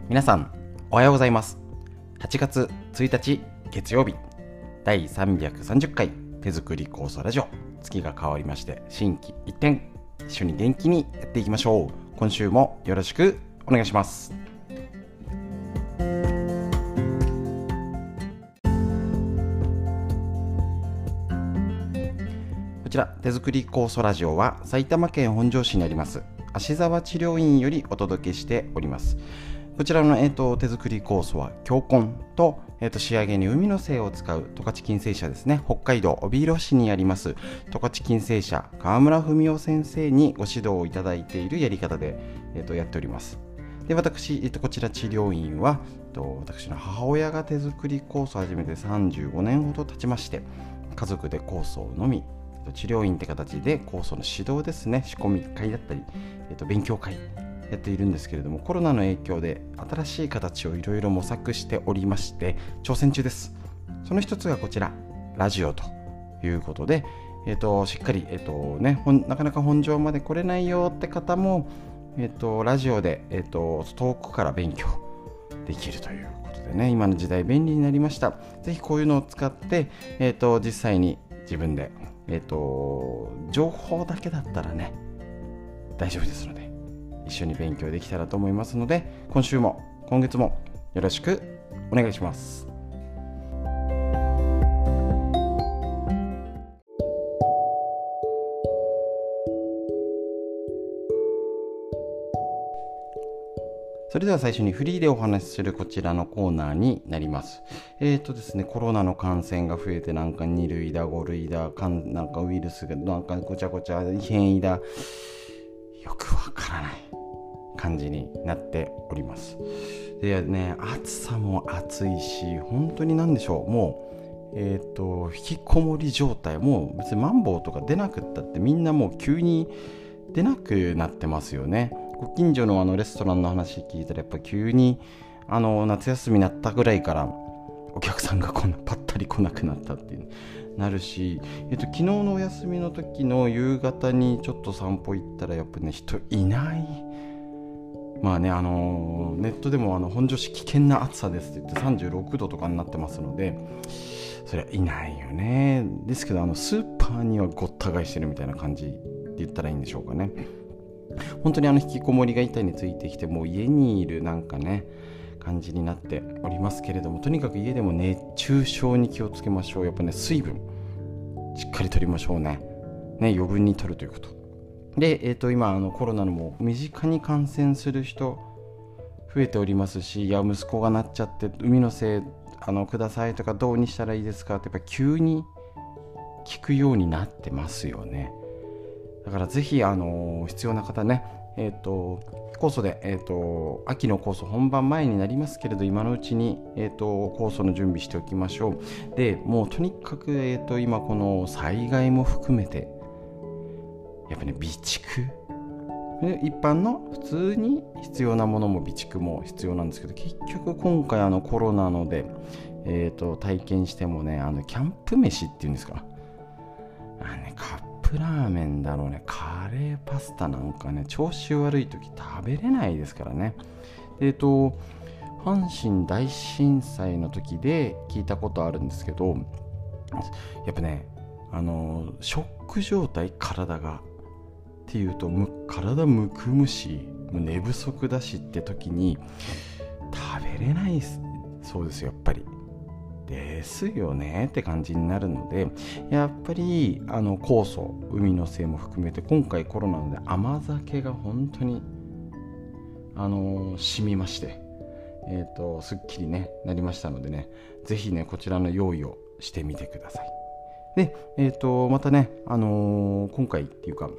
皆さんおはようございます。8月1日月曜日、第330回手作り酵素ラジオ。月が変わりまして心機一転、一緒に元気にやっていきましょう。今週もよろしくお願いします。こちら手作り酵素ラジオは埼玉県本庄市にあります芦沢治療院よりお届けしております。こちらの、手作り酵素は強根と、仕上げに海の精を使う十勝金星社ですね。北海道帯広市にあります十勝金星社川村文夫先生にご指導をいただいているやり方で、やっております。で、私、こちら治療院は私の母親が手作り酵素を始めて35年ほど経ちまして、家族で酵素を飲み、治療院って形で酵素の指導ですね、仕込み会だったり、勉強会やっているんですけれども、コロナの影響で新しい形をいろいろ模索しておりまして挑戦中です。その一つがこちらラジオということで、しっかり、なかなか本庄まで来れないよって方も、ラジオで、遠くから勉強できるということでね、今の時代便利になりました。ぜひこういうのを使って、実際に自分で、情報だけだったらね大丈夫ですので、一緒に勉強できたらと思いますので、今週も今月もよろしくお願いします。それでは最初にフリーでお話しするこちらのコーナーになります。ですね、コロナの感染が増えて、なんか2類だ5類だなんかウイルスがなんかごちゃごちゃ変異だ、よくわからない感じになっております。でね、暑さも暑いし、本当に何でしょう、もう引きこもり状態、もう別にマンボウとか出なくったってみんなもう急に出なくなってますよね。ご近所のレストランの話聞いたら、やっぱ急に夏休みになったぐらいからお客さんがぱったり来なくなったっていうなるし、昨日のお休みの時の夕方にちょっと散歩行ったら、やっぱね人いない。まあね、ネットでも本庄市危険な暑さですって言って36度とかになってますので、そりゃいないよね。ですけどスーパーにはごった返してるみたいな感じって言ったらいいんでしょうかね。本当に引きこもりが板についてきて、もう家にいるなんかね感じになっておりますけれども、とにかく家でも熱中症に気をつけましょう。やっぱね、水分しっかり取りましょうね。余分に取るということで、今コロナのも身近に感染する人増えておりますし、いや息子がなっちゃって海の精くださいとか、どうにしたらいいですかってやっぱ急に聞くようになってますよね。だからぜひ必要な方ね、酵素で、秋の酵素本番前になりますけれど、今のうちに、酵素の準備しておきましょう。でもうとにかく、今この災害も含めてやっぱね、備蓄、一般の普通に必要なものも備蓄も必要なんですけど、結局今回コロナので、体験してもね、キャンプ飯っていうんですか、カップラーメンだろうね、カレーパスタなんかね、調子悪い時食べれないですからね。阪神大震災の時で聞いたことあるんですけど、やっぱねショック状態、体がっていうと体むくむし、寝不足だしって時に食べれないそうですよ、やっぱりですよねって感じになるので、やっぱり酵素、海の精も含めて、今回コロナで甘酒が本当に染みまして、すっきりねなりましたのでね、ぜひねこちらの用意をしてみてください。で、またね、今回っていうか、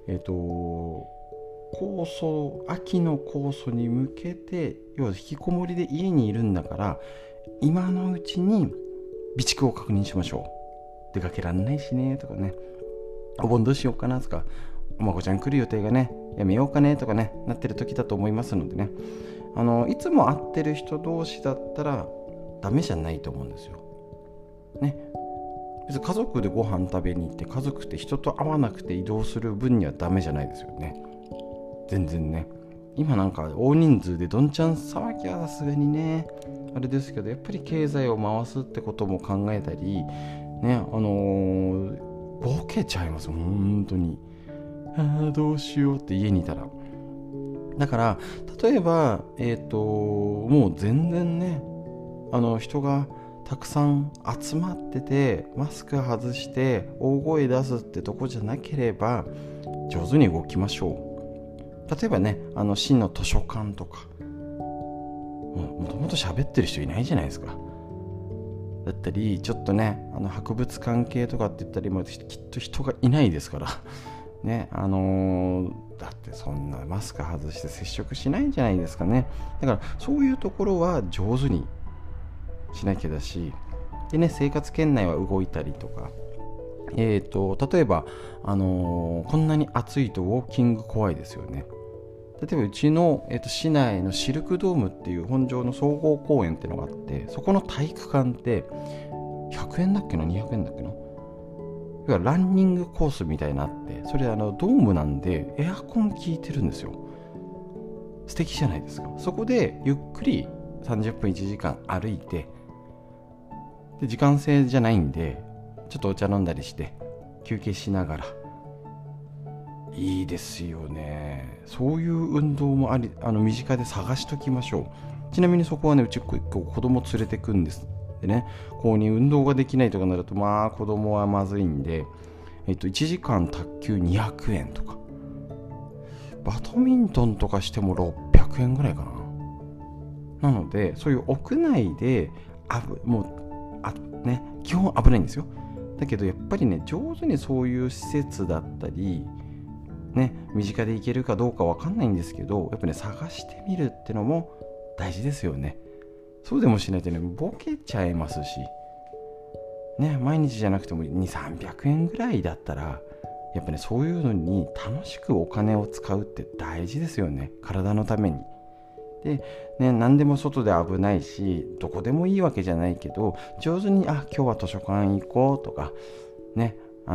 酵素、秋の酵素に向けて、要は引きこもりで家にいるんだから、今のうちに備蓄を確認しましょう。出かけらんないしねとかね、お盆どうしようかなとか、お孫ちゃん来る予定がねやめようかねとかねなってる時だと思いますのでね、いつも会ってる人同士だったらダメじゃないと思うんですよね。別に家族でご飯食べに行って、家族って人と会わなくて移動する分にはダメじゃないですよね。全然ね、 今なんか大人数でどんちゃん騒ぎはさすがにねあれですけど、やっぱり経済を回すってことも考えたりね、ボケちゃいます本当に。どうしようって家にいたら。だから例えばもう全然ね人がたくさん集まっててマスク外して大声出すってとこじゃなければ上手に動きましょう。例えばね市の図書館とかもともと喋ってる人いないじゃないですか。だったりちょっとね博物館系とかって言ったりもきっと人がいないですからね、だってそんなマスク外して接触しないんじゃないですかね。だからそういうところは上手にしなきゃだし、でね、生活圏内は動いたりとか、例えば、こんなに暑いとウォーキング怖いですよね。例えばうちの、市内のシルクドームっていう本庄の総合公園っていうのがあって、そこの体育館って100円だっけな200円だっけな、ランニングコースみたいなあって、それドームなんでエアコン効いてるんですよ。素敵じゃないですか。そこでゆっくり30分1時間歩いて、で時間制じゃないんでちょっとお茶飲んだりして休憩しながら、いいですよね。そういう運動もあり身近で探しときましょう。ちなみにそこはね、うち子供連れてくんです。でね、こうに運動ができないとかなると子供はまずいんで、1時間卓球200円とか、バドミントンとかしても600円ぐらいかな。なのでそういう屋内で基本危ないんですよ。だけどやっぱりね、上手にそういう施設だったりね、身近で行けるかどうか分かんないんですけど、やっぱね探してみるってのも大事ですよね。そうでもしないとね、ボケちゃいますしね、毎日じゃなくても200-300円ぐらいだったら、やっぱねそういうのに楽しくお金を使うって大事ですよね、体のために。でね、何でも外で危ないし、どこでもいいわけじゃないけど、上手に今日は図書館行こうとかね、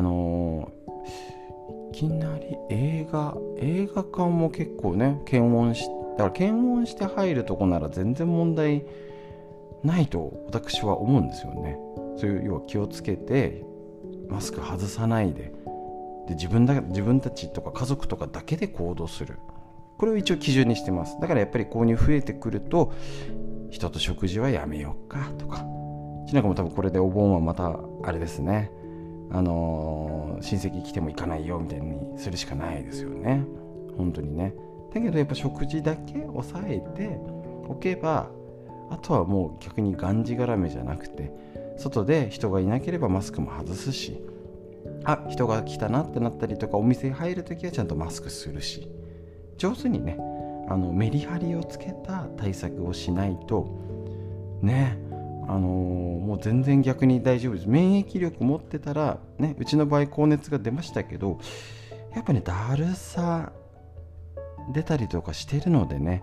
いきなり映画館も結構ねだから検温して入るとこなら全然問題ないと私は思うんですよね。そういう要は気をつけてマスク外さないで、自分たちとか家族とかだけで行動する、これを一応基準にしてます。だからやっぱり購入増えてくると、人と食事はやめようかとか、なんかも多分これでお盆はまたあれですね、親戚来ても行かないよみたいにするしかないですよね、本当にね。だけどやっぱ食事だけ抑えておけば、あとはもう逆にがんじがらめじゃなくて、外で人がいなければマスクも外すし、人が来たなってなったりとか、お店に入るときはちゃんとマスクするし、上手にねメリハリをつけた対策をしないとね、もう全然逆に大丈夫です。免疫力持ってたらね、うちの場合高熱が出ましたけど、やっぱねだるさ出たりとかしてるのでね、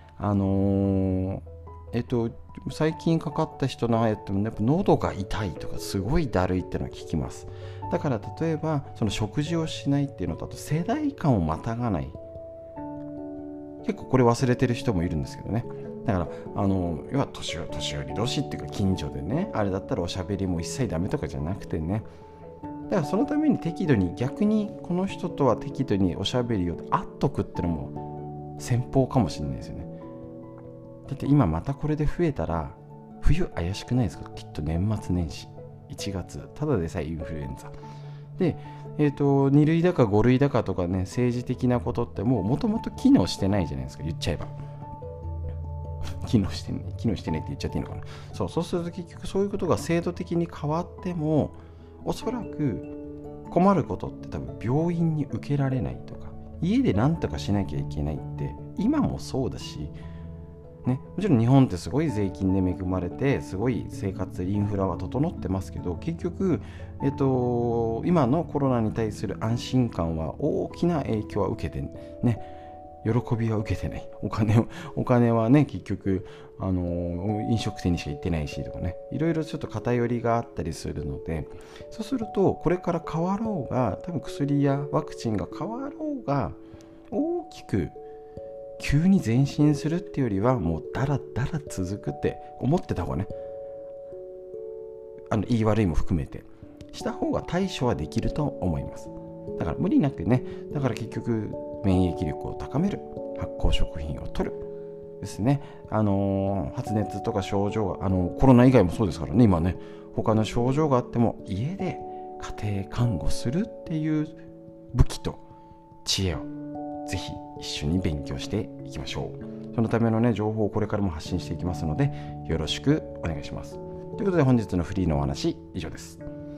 最近かかった人のやっても、ね、やっぱ喉が痛いとかすごいだるいっていうのは聞きます。だから例えばその食事をしないっていうのと、あと世代間をまたがない、結構これ忘れてる人もいるんですけどね。だから要は年寄り同士っていうか、近所でねあれだったらおしゃべりも一切ダメとかじゃなくてね、だからそのために適度に、逆にこの人とは適度におしゃべりをあっとくってのも先方かもしれないですよね。だって今またこれで増えたら冬怪しくないですか。きっと年末年始1月ただでさえインフルエンザで、2類だか5類だかとかね、政治的なことってもともと機能してないじゃないですか、言っちゃえば機能してないって言っちゃっていいのかな。そうすると結局そういうことが制度的に変わっても、おそらく困ることって多分病院に受けられないとか、家で何とかしなきゃいけないって今もそうだしね、もちろん日本ってすごい税金で恵まれて、すごい生活インフラは整ってますけど、結局、今のコロナに対する安心感は大きな影響は受けてね、喜びは受けてない。お金はね、結局飲食店にしか行ってないしとかね、いろいろちょっと偏りがあったりするので、そうするとこれから変わろうが、多分薬やワクチンが変わろうが、大きく急に前進するっていうよりはもうだらだら続くって思ってた方がね、言い悪いも含めてした方が対処はできると思います。だから無理なくね、だから結局免疫力を高める、発酵食品を摂るですね。発熱とか症状がコロナ以外もそうですからね、今ね、他の症状があっても家で家庭看護するっていう武器と知恵をぜひ一緒に勉強していきましょう。そのためのね、情報をこれからも発信していきますので、よろしくお願いします。ということで本日のフリーのお話以上です。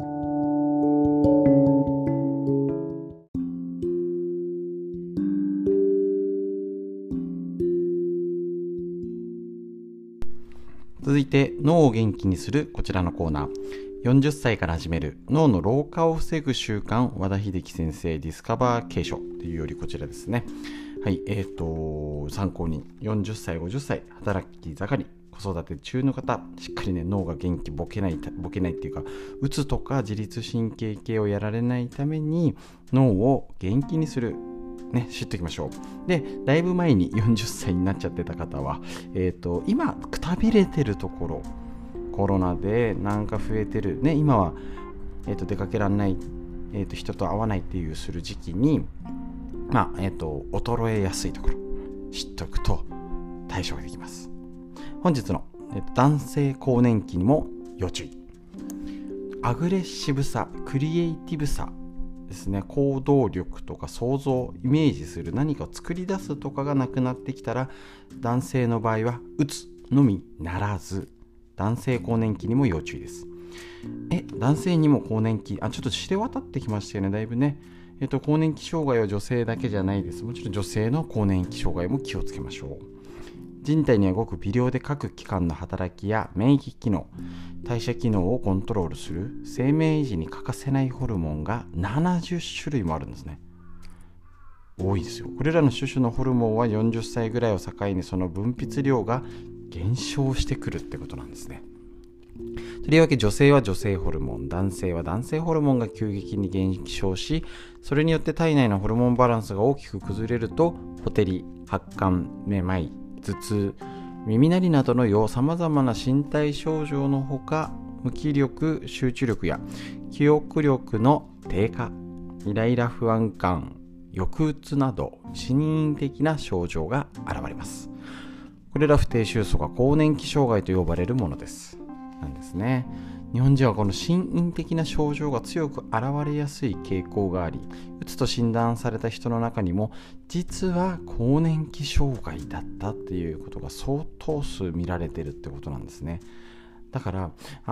続いて脳を元気にするこちらのコーナー、40歳から始める脳の老化を防ぐ習慣、和田秀樹先生ディスカバー継承というよりこちらですね。はい、参考に40歳50歳働き盛り子育て中の方、しっかりね脳が元気ボケないっていうか、うつとか自律神経系をやられないために脳を元気にするね、知っておきましょう。で、だいぶ前に40歳になっちゃってた方は、今くたびれてるところ、コロナでなんか増えてるね、今は、出かけられない、人と会わないっていうする時期に、衰えやすいところ知っておくと対処ができます。本日の、男性更年期にも要注意。アグレッシブさ、クリエイティブさですね、行動力とか想像、イメージする何かを作り出すとかがなくなってきたら、男性の場合はうつのみならず男性更年期にも要注意です。男性にも更年期、ちょっと知れ渡ってきましたよね、だいぶね。更年期障害は女性だけじゃないです。もちろん女性の更年期障害も気をつけましょう。人体にはごく微量で各器官の働きや免疫機能、代謝機能をコントロールする生命維持に欠かせないホルモンが70種類もあるんですね。多いですよ。これらの種々のホルモンは40歳ぐらいを境にその分泌量が減少してくるってことなんですね。とりわけ女性は女性ホルモン、男性は男性ホルモンが急激に減少し、それによって体内のホルモンバランスが大きく崩れると、ほてり、発汗、めまい、頭痛、耳鳴りなどのさまざまな身体症状のほか、無気力、集中力や記憶力の低下、イライラ不安感、抑うつなど心因的な症状が現れます。これら不定収束が更年期障害と呼ばれるものです。なんですね。日本人はこの心因的な症状が強く現れやすい傾向があり、うつと診断された人の中にも実は更年期障害だったっていうことが相当数見られてるってことなんですね。だから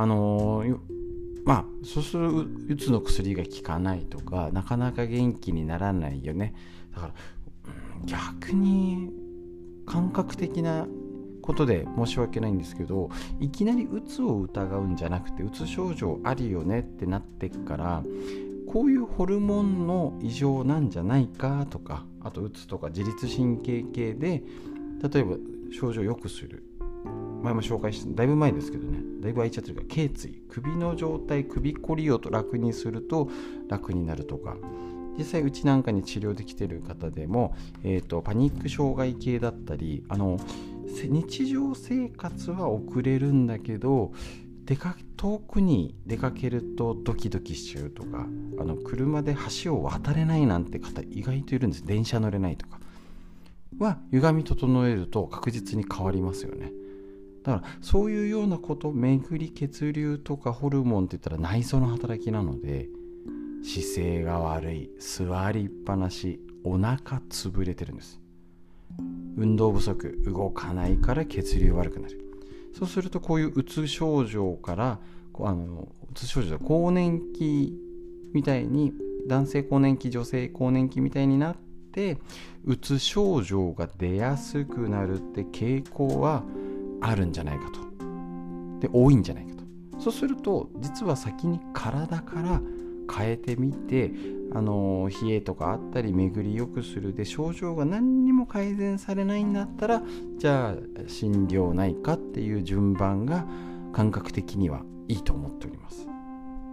そうするうつの薬が効かないとか、なかなか元気にならないよね。だから逆に感覚的なことで申し訳ないんですけど、いきなりうつを疑うんじゃなくて、うつ症状あるよねってなってくから、こういうホルモンの異常なんじゃないかとか、あとうつとか自律神経系で例えば症状を良くする、前も紹介しただいぶ前ですけどね、だいぶ空いちゃってるから、頸椎、首の状態、首こりを楽にすると楽になるとか、実際うちなんかに治療できている方でも、パニック障害系だったり、日常生活は遅れるんだけど遠くに出かけるとドキドキしちゃうとか、車で橋を渡れないなんて方意外といるんです。電車乗れないとかは歪み整えると確実に変わりますよね。だからそういうようなこと、巡り血流とかホルモンって言ったら内臓の働きなので、姿勢が悪い、座りっぱなし、お腹潰れてるんです。運動不足、動かないから血流悪くなる。そうするとこういううつ症状からうつ症状、更年期みたいに、男性更年期、女性更年期みたいになってうつ症状が出やすくなるって傾向はあるんじゃないかと。で、多いんじゃないかと。そうすると実は先に体から変えてみて、冷えとかあったり巡りよくするで症状が何にも改善されないんだったら、じゃあ心療内科っていう順番が感覚的にはいいと思っております。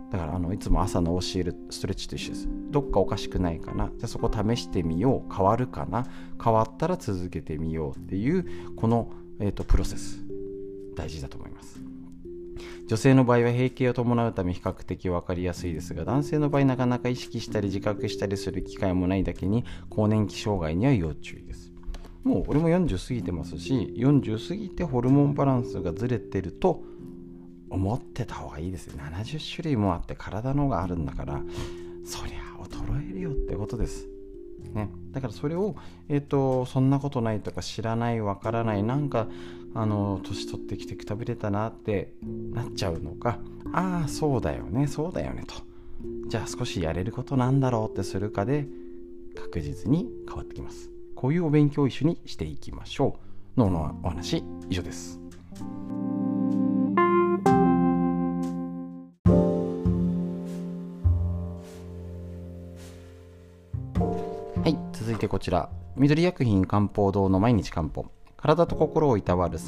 だからいつも朝の教えるストレッチと一緒です。どっかおかしくないかな、じゃあそこ試してみよう、変わるかな、変わったら続けてみようっていうこの、プロセス大事だと思います。女性の場合は閉経を伴うため比較的分かりやすいですが、男性の場合なかなか意識したり自覚したりする機会もないだけに更年期障害には要注意です。もう俺も40過ぎてますし、40過ぎてホルモンバランスがずれてると思ってた方がいいですよ。70種類もあって体のがあるんだから、そりゃ衰えるよってことです、ね、だからそれを、そんなことないとか知らないわからない、なんか年取ってきてくたびれたなってなっちゃうのか、ああそうだよねそうだよねと、じゃあ少しやれることなんだろうってするかで確実に変わってきます。こういうお勉強を一緒にしていきましょう。脳のお話以上です。はい、続いてこちら、緑薬品漢方堂の毎日漢方、体と心をいたわる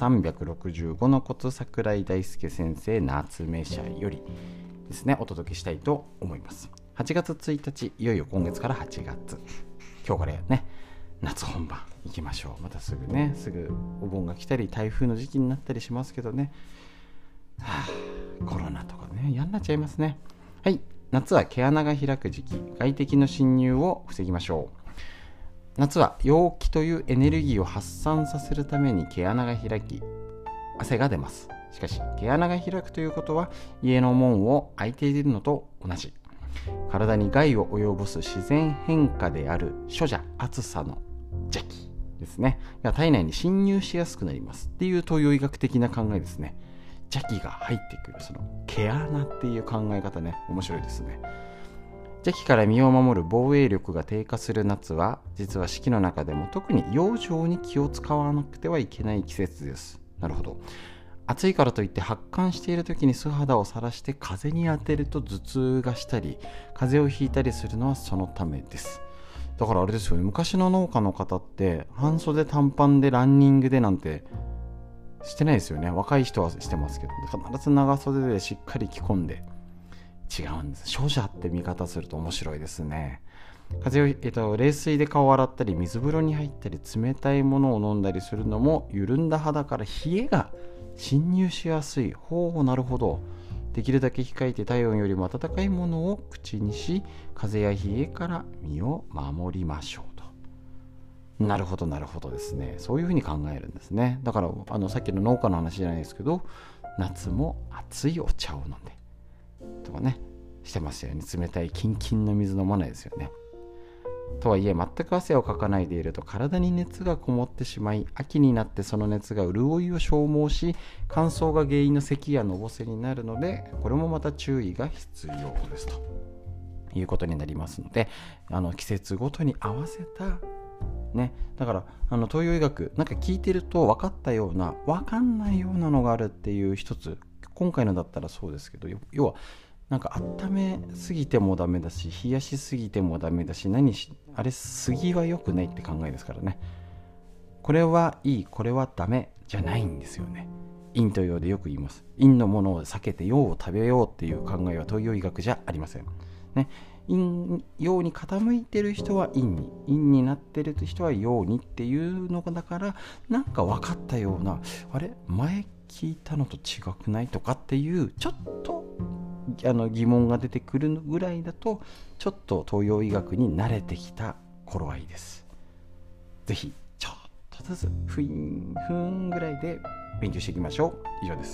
365のコツ、桜井大輔先生夏目社よりですね、お届けしたいと思います。8月1日、いよいよ今月から8月、今日からね夏本番行きましょう。またすぐね、すぐお盆が来たり台風の時期になったりしますけどね、コロナとかね嫌になっちゃいますね。はい、夏は毛穴が開く時期、外敵の侵入を防ぎましょう。夏は陽気というエネルギーを発散させるために毛穴が開き汗が出ます。しかし毛穴が開くということは家の門を開いているのと同じ、体に害を及ぼす自然変化である暑邪暑さの邪気ですねが体内に侵入しやすくなりますっていう東洋医学的な考えですね。邪気が入ってくるその毛穴っていう考え方ね、面白いですね。邪気から身を守る防衛力が低下する夏は、実は四季の中でも特に養生に気を使わなくてはいけない季節です。なるほど。暑いからといって発汗している時に素肌をさらして風に当てると頭痛がしたり風邪をひいたりするのはそのためです。だからあれですよね、昔の農家の方って半袖短パンでランニングでなんてしてないですよね。若い人はしてますけど、必ず長袖でしっかり着込んで。違うんです。暑邪って見方すると面白いですね。冷水で顔を洗ったり水風呂に入ったり冷たいものを飲んだりするのも緩んだ肌から冷えが侵入しやすい。なるほど。できるだけ控えて体温よりも温かいものを口にし、風邪や冷えから身を守りましょうと。なるほどなるほどですね。そういうふうに考えるんですね。だからさっきの農家の話じゃないですけど、夏も熱いお茶を飲んでとかねしてますよね。冷たいキンキンの水飲まないですよね。とはいえ全く汗をかかないでいると体に熱がこもってしまい、秋になってその熱が潤いを消耗し、乾燥が原因の咳やのぼせになるので、これもまた注意が必要ですということになりますので、季節ごとに合わせたね、だから東洋医学なんか聞いてると分かったような分かんないようなのがあるっていう一つ、今回のだったらそうですけど、要はなんか温めすぎてもダメだし冷やしすぎてもダメだし、あれ過ぎは良くないって考えですからね。これはいいこれはダメじゃないんですよね。陰と陽でよく言います。陰のものを避けて陽を食べようっていう考えは東洋医学じゃありませんね。陽に傾いてる人は陰になってる人は陽にっていうのだから、なんか分かったような、あれ前聞いたのと違くないとかっていうちょっと疑問が出てくるぐらいだと、ちょっと東洋医学に慣れてきた頃はいいです。ぜひちょっとずつふんぐらいで勉強していきましょう。以上です。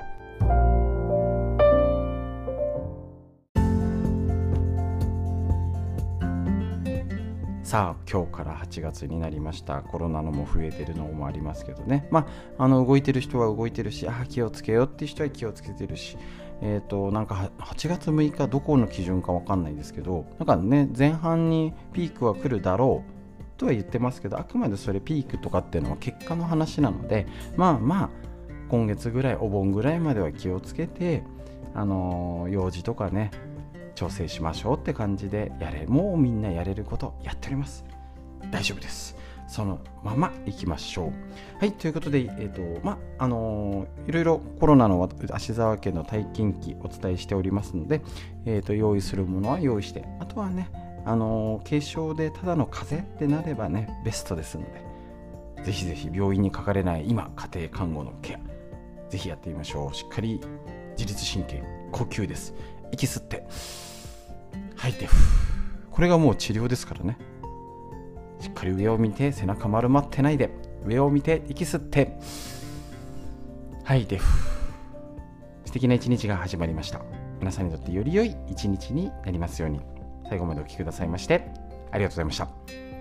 さあ今日から8月になりました。コロナのも増えてるのもありますけどね、動いてる人は動いてるし、気をつけようっていう人は気をつけてるし、なんか8月6日どこの基準か分かんないですけど、なんかね前半にピークは来るだろうとは言ってますけど、あくまでそれピークとかっていうのは結果の話なので、今月ぐらいお盆ぐらいまでは気をつけて用事とかね調整しましょうって感じでもうみんなやれることやっております。大丈夫です。 そのままいきましょう。はい、ということで、いろいろコロナの芦沢家の体験記お伝えしておりますので、用意するものは用意して、あとはね、軽症でただの風邪ってなればね、ベストですので、ぜひぜひ病院にかかれない今、家庭看護のケア、ぜひやってみましょう。しっかり自律神経、呼吸です。息吸って吐いて、これがもう治療ですからね。しっかり上を見て、背中丸まってないで、上を見て息吸って吐いて、素敵な一日が始まりました。皆さんにとってより良い一日になりますように。最後までお聞きくださいましてありがとうございました。